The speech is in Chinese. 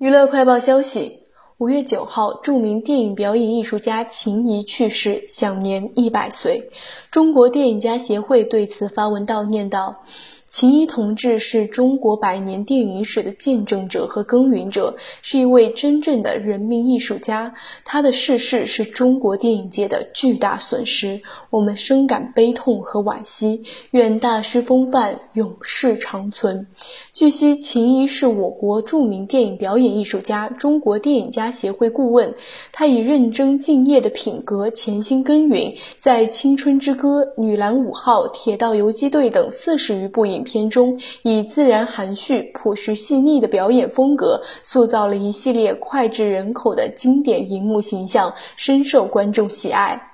娱乐快报消息，5月9号，著名电影表演艺术家秦怡去世，享年100岁。中国电影家协会对此发文悼念道：秦怡同志是中国100年电影史的见证者和耕耘者，是一位真正的人民艺术家。他的逝世是中国电影界的巨大损失，我们深感悲痛和惋惜，愿大师风范永世长存。据悉，秦怡是我国著名电影表演艺术家、中国电影家协会顾问。他以认真敬业的品格潜心耕耘，在《青春之歌》、《女篮5号》、《铁道游击队》等40余部影片中，以自然含蓄、朴实细腻的表演风格，塑造了一系列脍炙人口的经典荧幕形象，深受观众喜爱。